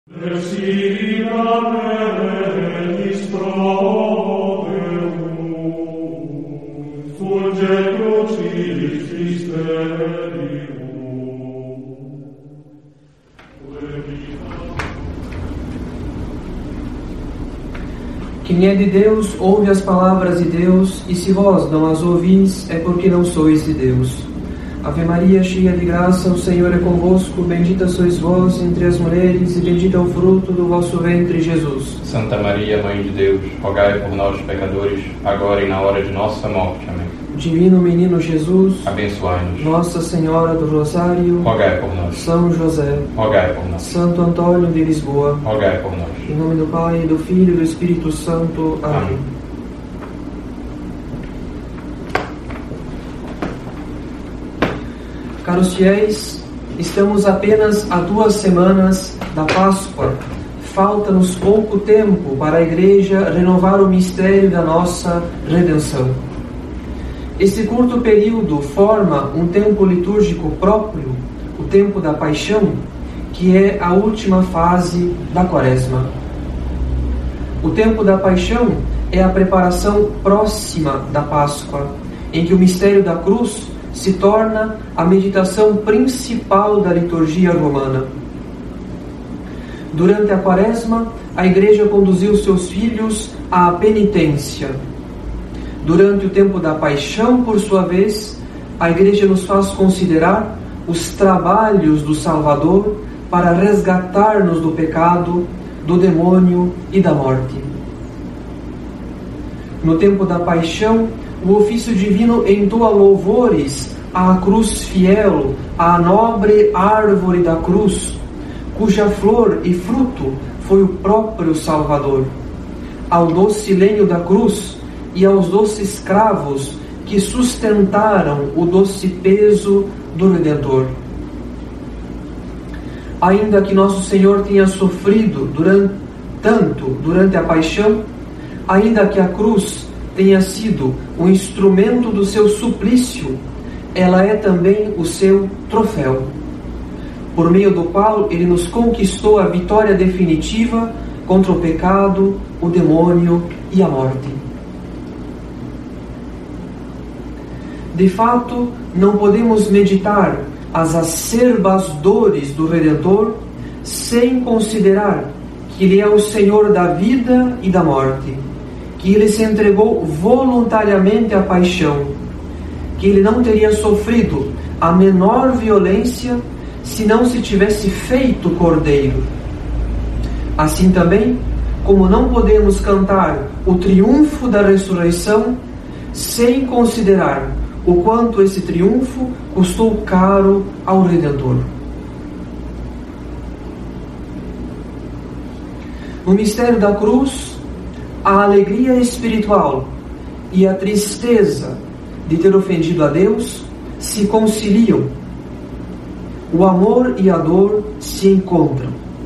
Quem é de Deus, ouve as palavras de Deus, e se vós não as ouvis, é porque não sois de Deus. Ave Maria, cheia de graça, o Senhor é convosco, bendita sois vós entre as mulheres, e bendito é o fruto do vosso ventre, Jesus. Santa Maria, Mãe de Deus, rogai por nós, pecadores, agora e na hora de nossa morte. Amém. Divino Menino Jesus, abençoai-nos. Nossa Senhora do Rosário, rogai por nós. São José, rogai por nós. Santo Antônio de Lisboa, rogai por nós. Em nome do Pai, do Filho e do Espírito Santo. Amém. Caros fiéis, estamos apenas a 2 semanas da Páscoa. Falta-nos pouco tempo para a Igreja renovar o mistério da nossa redenção. Esse curto período forma um tempo litúrgico próprio, o tempo da Paixão, que é a última fase da Quaresma. O tempo da Paixão é a preparação próxima da Páscoa, em que o mistério da cruz se torna a meditação principal da liturgia romana. Durante a Quaresma, a Igreja conduziu seus filhos à penitência. Durante o tempo da Paixão, por sua vez, a Igreja nos faz considerar os trabalhos do Salvador para resgatar-nos do pecado, do demônio e da morte. No tempo da Paixão, o ofício divino entoa louvores à cruz fiel, à nobre árvore da cruz, cuja flor e fruto foi o próprio Salvador, ao doce lenho da cruz e aos doces cravos que sustentaram o doce peso do Redentor. Ainda que nosso Senhor tenha sofrido durante a paixão, ainda que a cruz tenha sido o instrumento do seu suplício, ela é também o seu troféu, por meio do qual ele nos conquistou a vitória definitiva contra o pecado, o demônio e a morte. De fato, não podemos meditar as acerbas dores do Redentor sem considerar que Ele é o Senhor da vida e da morte, que Ele se entregou voluntariamente à paixão, que Ele não teria sofrido a menor violência se não se tivesse feito cordeiro. Assim também, como não podemos cantar o triunfo da ressurreição sem considerar o quanto esse triunfo custou caro ao Redentor. No mistério da cruz, a alegria espiritual e a tristeza de ter ofendido a Deus se conciliam. O amor e a dor se encontram.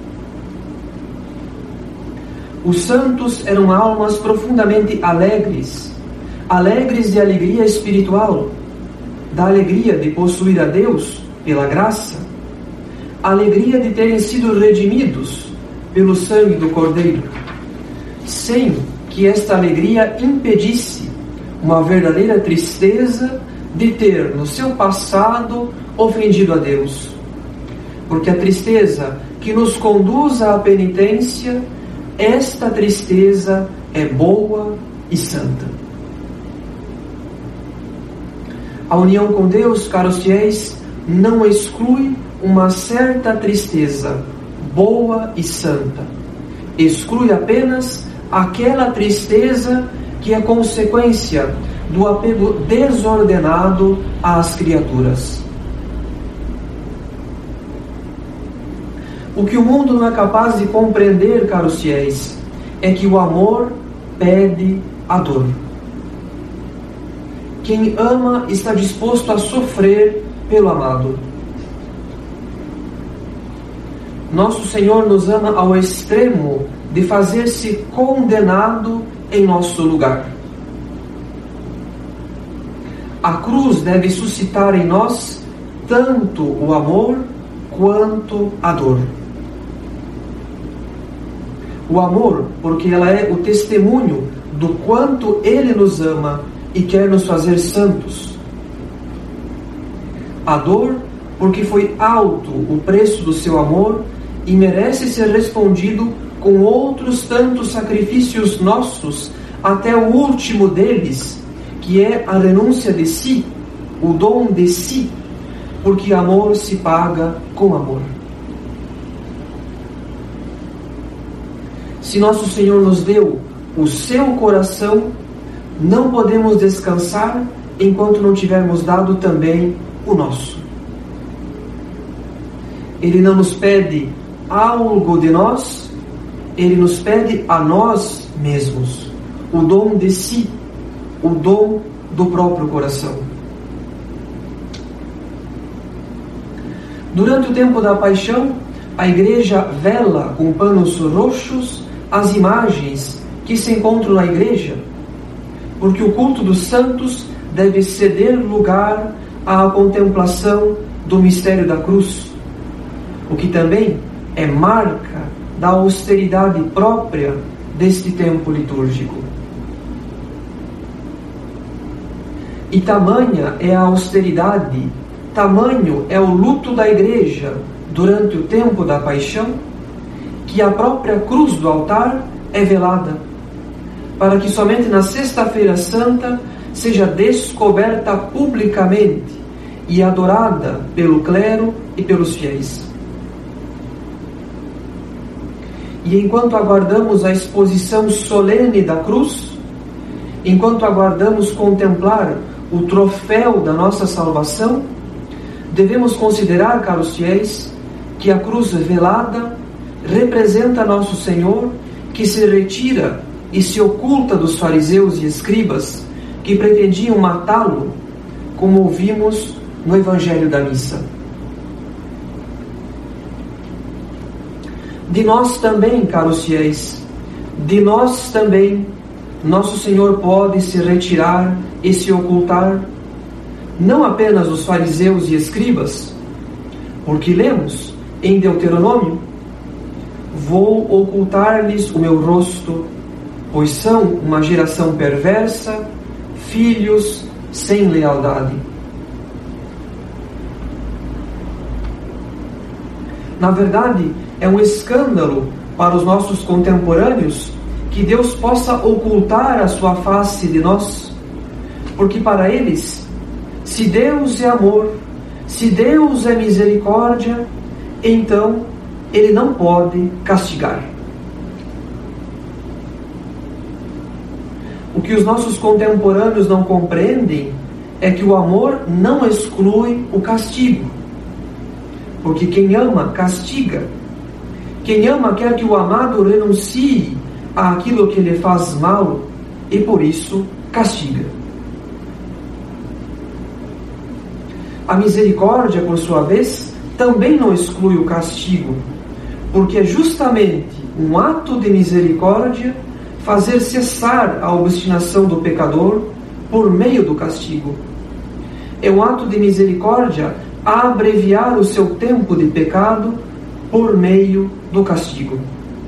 Os santos eram almas profundamente alegres de alegria espiritual, da alegria de possuir a Deus pela graça, alegria de terem sido redimidos pelo sangue do Cordeiro, sem que esta alegria impedisse uma verdadeira tristeza de ter no seu passado ofendido a Deus. Porque a tristeza que nos conduz à penitência, esta tristeza é boa e santa. A união com Deus, caros fiéis, não exclui uma certa tristeza, boa e santa. Exclui apenas aquela tristeza que é consequência do apego desordenado às criaturas. O que o mundo não é capaz de compreender, caros fiéis, é que o amor pede a dor. Quem ama está disposto a sofrer pelo amado. Nosso Senhor nos ama ao extremo de fazer-se condenado em nosso lugar. A cruz deve suscitar em nós tanto o amor quanto a dor. O amor, porque ela é o testemunho do quanto Ele nos ama e quer nos fazer santos. A dor, porque foi alto o preço do seu amor e merece ser respondido com outros tantos sacrifícios nossos, até o último deles, que é a renúncia de si, o dom de si, porque amor se paga com amor. Se nosso Senhor nos deu o seu coração, não podemos descansar enquanto não tivermos dado também o nosso. Ele não nos pede algo de nós, Ele nos pede a nós mesmos, o dom de si, o dom do próprio coração. Durante o tempo da paixão, a Igreja vela com panos roxos as imagens que se encontram na Igreja, porque o culto dos santos deve ceder lugar à contemplação do mistério da cruz, o que também é marca da austeridade própria deste tempo litúrgico. E tamanha é a austeridade, tamanho é o luto da Igreja durante o tempo da paixão, que a própria cruz do altar é velada, para que somente na Sexta-feira Santa seja descoberta publicamente e adorada pelo clero e pelos fiéis. E enquanto aguardamos a exposição solene da cruz, enquanto aguardamos contemplar o troféu da nossa salvação, devemos considerar, caros fiéis, que a cruz velada representa nosso Senhor, que se retira e se oculta dos fariseus e escribas que pretendiam matá-lo, como ouvimos no Evangelho da Missa. De nós também, caros fiéis, de nós também, nosso Senhor pode se retirar e se ocultar, não apenas dos fariseus e escribas, porque lemos em Deuteronômio: vou ocultar-lhes o meu rosto, pois são uma geração perversa, filhos sem lealdade. Na verdade, é um escândalo para os nossos contemporâneos que Deus possa ocultar a sua face de nós, porque para eles, se Deus é amor, se Deus é misericórdia, então Ele não pode castigar. O que os nossos contemporâneos não compreendem é que o amor não exclui o castigo, porque quem ama castiga. Quem ama quer que o amado renuncie àquilo que lhe faz mal e por isso castiga. A misericórdia, por sua vez, também não exclui o castigo, porque é justamente um ato de misericórdia fazer cessar a obstinação do pecador por meio do castigo. É um ato de misericórdia abreviar o seu tempo de pecado por meio do castigo.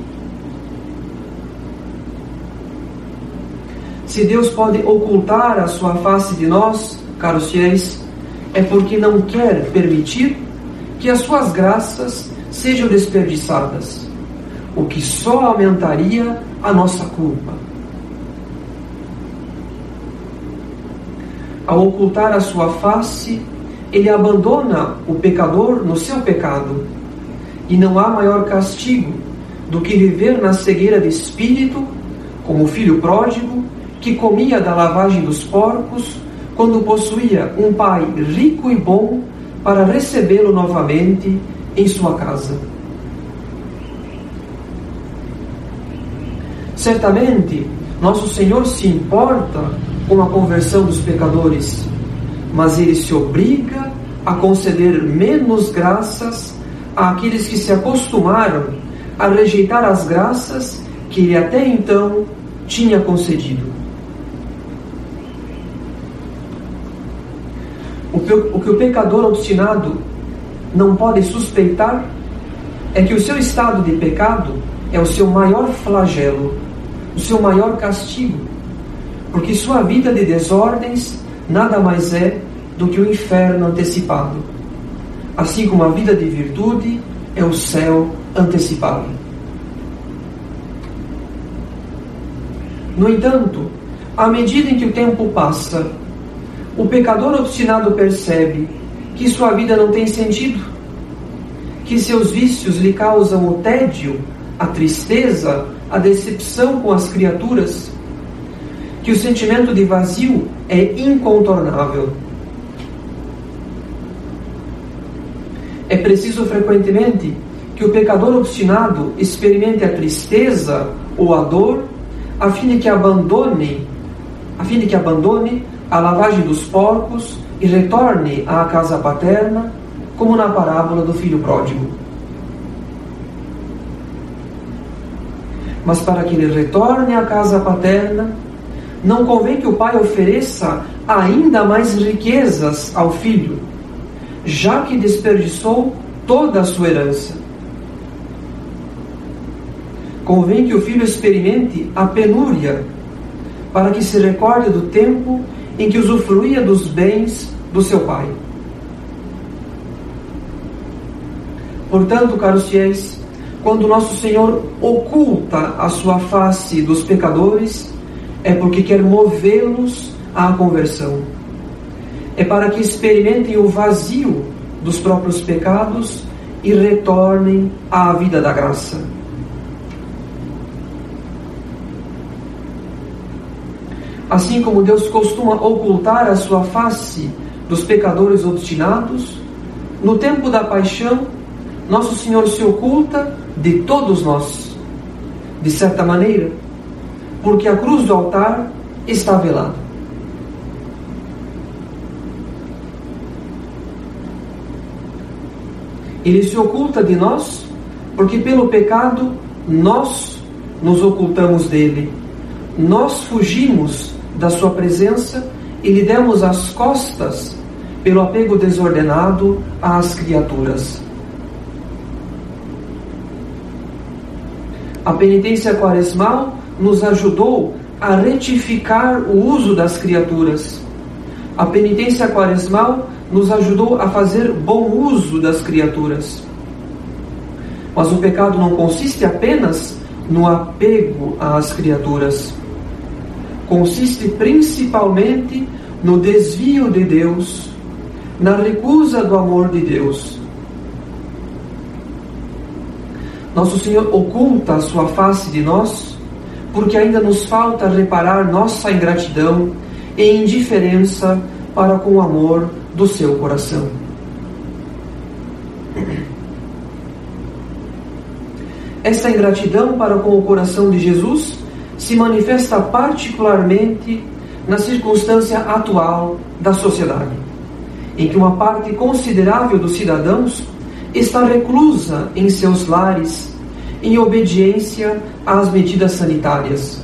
Se Deus pode ocultar a sua face de nós, caros fiéis, é porque não quer permitir que as suas graças sejam desperdiçadas, o que só aumentaria a nossa culpa. Ao ocultar a sua face, Ele abandona o pecador no seu pecado, e não há maior castigo do que viver na cegueira de espírito, como o filho pródigo, que comia da lavagem dos porcos, quando possuía um pai rico e bom para recebê-lo novamente em sua casa. Certamente, nosso Senhor se importa com a conversão dos pecadores, mas Ele se obriga a conceder menos graças àqueles que se acostumaram a rejeitar as graças que Ele até então tinha concedido. O que o pecador obstinado não pode suspeitar é que o seu estado de pecado é o seu maior flagelo, o seu maior castigo, porque sua vida de desordens nada mais é do que o inferno antecipado, assim como a vida de virtude é o céu antecipado. No entanto, à medida em que o tempo passa, o pecador obstinado percebe que sua vida não tem sentido, que seus vícios lhe causam o tédio, a tristeza, a decepção com as criaturas, que o sentimento de vazio é incontornável. É preciso frequentemente que o pecador obstinado experimente a tristeza ou a dor, a fim de que abandone a lavagem dos porcos e retorne à casa paterna, como na parábola do filho pródigo. Mas para que ele retorne à casa paterna, não convém que o pai ofereça ainda mais riquezas ao filho, já que desperdiçou toda a sua herança. Convém que o filho experimente a penúria, para que se recorde do tempo em que usufruía dos bens do seu pai. Portanto, caros fiéis, quando nosso Senhor oculta a sua face dos pecadores, é porque quer movê-los à conversão. É para que experimentem o vazio dos próprios pecados e retornem à vida da graça. Assim como Deus costuma ocultar a sua face dos pecadores obstinados, no tempo da paixão, nosso Senhor se oculta de todos nós, de certa maneira, porque a cruz do altar está velada. Ele se oculta de nós, porque pelo pecado nós nos ocultamos dele. Nós fugimos da sua presença e lhe demos as costas pelo apego desordenado às criaturas. A penitência quaresmal nos ajudou a retificar o uso das criaturas. A penitência quaresmal nos ajudou a fazer bom uso das criaturas. Mas o pecado não consiste apenas no apego às criaturas. Consiste principalmente no desvio de Deus, na recusa do amor de Deus. Nosso Senhor oculta a sua face de nós, porque ainda nos falta reparar nossa ingratidão e indiferença para com o amor do seu coração. Esta ingratidão para com o coração de Jesus se manifesta particularmente na circunstância atual da sociedade, em que uma parte considerável dos cidadãos está reclusa em seus lares, em obediência às medidas sanitárias.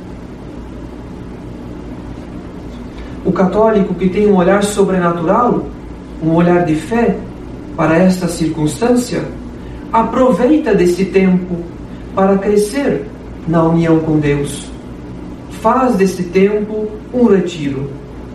O católico que tem um olhar sobrenatural, um olhar de fé para esta circunstância, aproveita desse tempo para crescer na união com Deus. Faz desse tempo um retiro.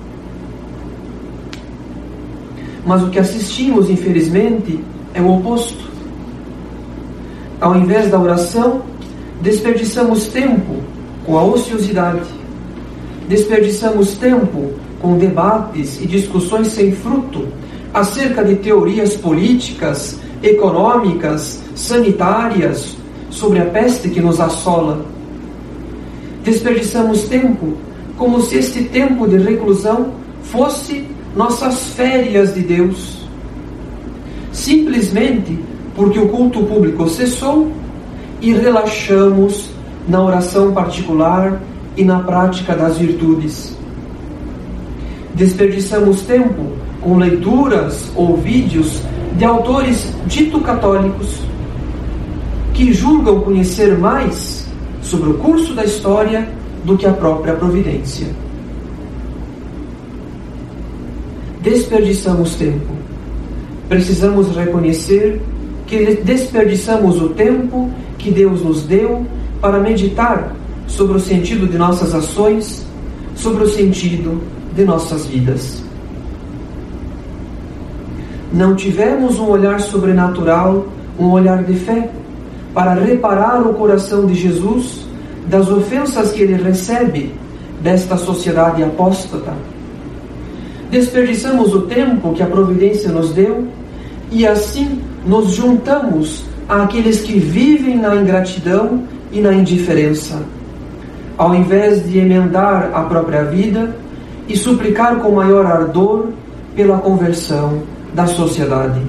Mas o que assistimos, infelizmente, é o oposto. Ao invés da oração, desperdiçamos tempo com a ociosidade. Desperdiçamos tempo com debates e discussões sem fruto acerca de teorias políticas, econômicas, sanitárias, sobre a peste que nos assola. Desperdiçamos tempo como se este tempo de reclusão fosse nossas férias de Deus. Simplesmente porque o culto público cessou e relaxamos na oração particular e na prática das virtudes. Desperdiçamos tempo com leituras ou vídeos de autores dito católicos que julgam conhecer mais sobre o curso da história do que a própria providência. Desperdiçamos tempo. Precisamos reconhecer que desperdiçamos o tempo que Deus nos deu para meditar sobre o sentido de nossas ações, sobre o sentido de nossas vidas. Não tivemos um olhar sobrenatural, um olhar de fé, para reparar o coração de Jesus das ofensas que ele recebe desta sociedade apóstata. Desperdiçamos o tempo que a providência nos deu e assim nos juntamos àqueles que vivem na ingratidão e na indiferença, ao invés de emendar a própria vida e suplicar com maior ardor pela conversão da sociedade.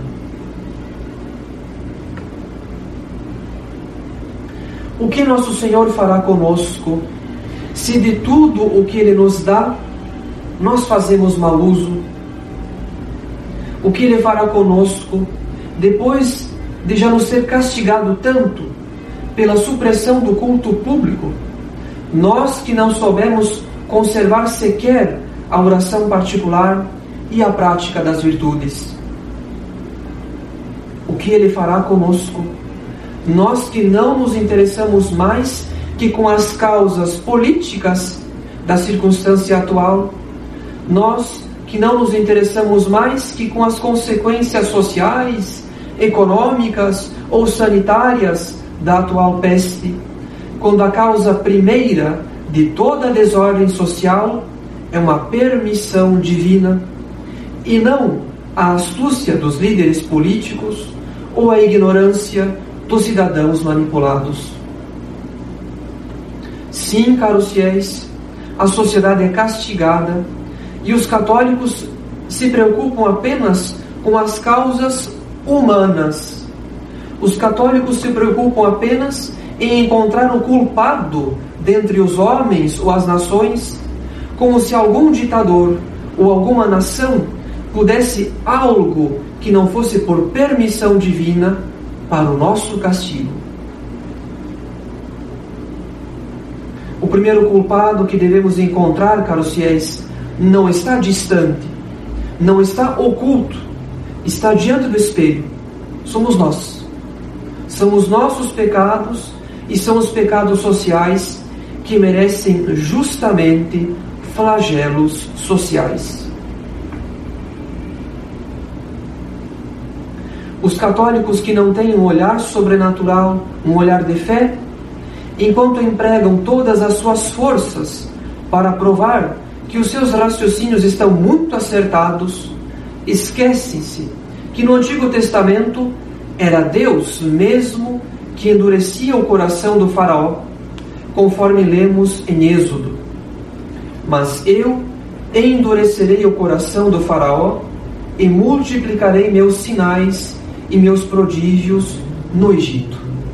O que nosso Senhor fará conosco se de tudo o que Ele nos dá nós fazemos mau uso? O que Ele fará conosco depois de já nos ser castigado tanto pela supressão do culto público, nós que não soubemos conservar sequer a oração particular e a prática das virtudes? O que Ele fará conosco? Nós que não nos interessamos mais que com as causas políticas da circunstância atual, nós que não nos interessamos mais que com as consequências sociais, econômicas ou sanitárias da atual peste, quando a causa primeira de toda a desordem social é uma permissão divina e não a astúcia dos líderes políticos ou a ignorância dos cidadãos manipulados. Sim, caros fiéis, a sociedade é castigada e os católicos se preocupam apenas com as causas humanas. Os católicos se preocupam apenas em encontrar o culpado dentre os homens ou as nações, como se algum ditador ou alguma nação pudesse algo que não fosse por permissão divina para o nosso castigo. O primeiro culpado que devemos encontrar, caros fiéis, não está distante, não está oculto, está diante do espelho. Somos nós. São os nossos pecados e são os pecados sociais que merecem justamente flagelos sociais. Os católicos que não têm um olhar sobrenatural, um olhar de fé, enquanto empregam todas as suas forças para provar que os seus raciocínios estão muito acertados, esquecem-se que no Antigo Testamento era Deus mesmo que endurecia o coração do faraó, conforme lemos em Êxodo. Mas eu endurecerei o coração do faraó e multiplicarei meus sinais e meus prodígios no Egito.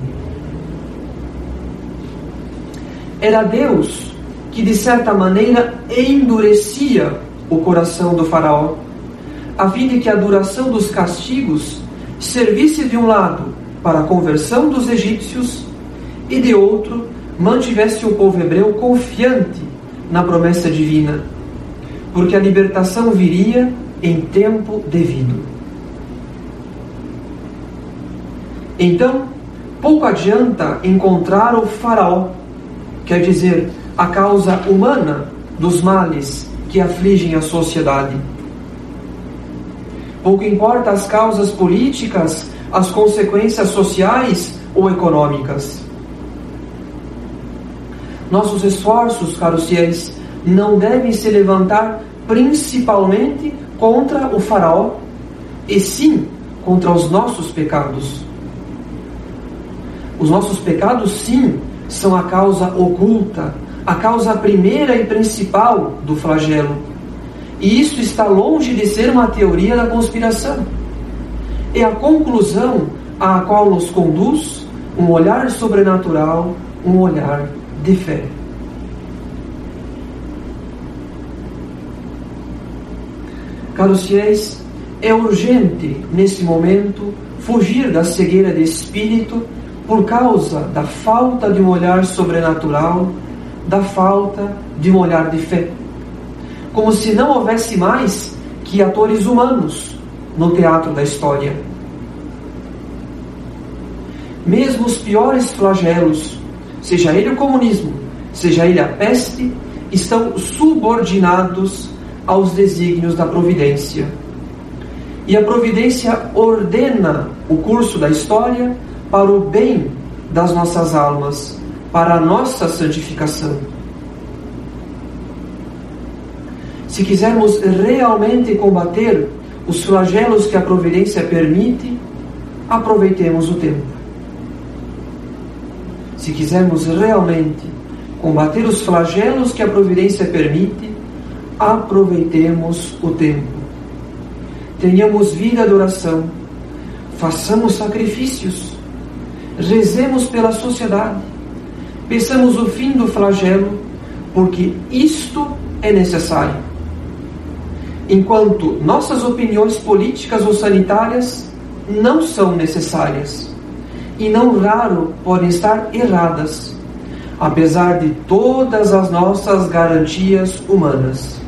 Era Deus que, de certa maneira, endurecia o coração do faraó, a fim de que a duração dos castigos servisse de um lado para a conversão dos egípcios e de outro mantivesse o povo hebreu confiante na promessa divina, porque a libertação viria em tempo devido. Então, pouco adianta encontrar o faraó, quer dizer, a causa humana dos males que afligem a sociedade. Pouco importa as causas políticas, as consequências sociais ou econômicas. Nossos esforços, caros fiéis, não devem se levantar principalmente contra o faraó, e sim contra os nossos pecados. Os nossos pecados, sim, são a causa oculta, a causa primeira e principal do flagelo. E isso está longe de ser uma teoria da conspiração. É a conclusão à qual nos conduz um olhar sobrenatural, um olhar de fé. Caros fiéis, é urgente, nesse momento, fugir da cegueira de espírito por causa da falta de um olhar sobrenatural, da falta de um olhar de fé. Como se não houvesse mais que atores humanos no teatro da história. Mesmo os piores flagelos, seja ele o comunismo, seja ele a peste, estão subordinados aos desígnios da providência. E a providência ordena o curso da história para o bem das nossas almas, para a nossa santificação. Se quisermos realmente combater os flagelos que a providência permite, aproveitemos o tempo. Se quisermos realmente combater os flagelos que a providência permite, aproveitemos o tempo. Tenhamos vida de oração, façamos sacrifícios, rezemos pela sociedade, peçamos o fim do flagelo, porque isto é necessário. Enquanto nossas opiniões políticas ou sanitárias não são necessárias, e não raro podem estar erradas, apesar de todas as nossas garantias humanas.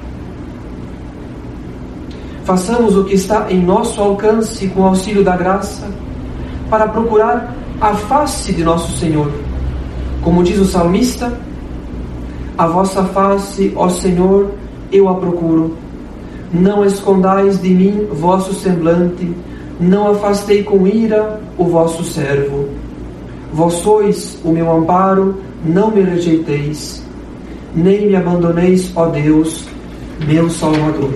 Façamos o que está em nosso alcance com o auxílio da graça, para procurar a face de nosso Senhor. Como diz o salmista: a vossa face, ó Senhor, eu a procuro. Não escondais de mim vosso semblante, não afastei com ira o vosso servo. Vós sois o meu amparo, não me rejeiteis, nem me abandoneis, ó Deus, meu Salvador.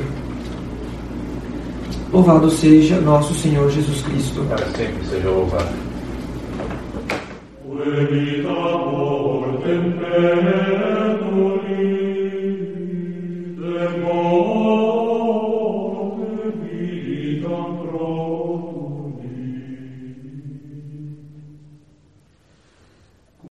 Louvado seja nosso Senhor Jesus Cristo. Para sempre seja louvado. Veni amor tempere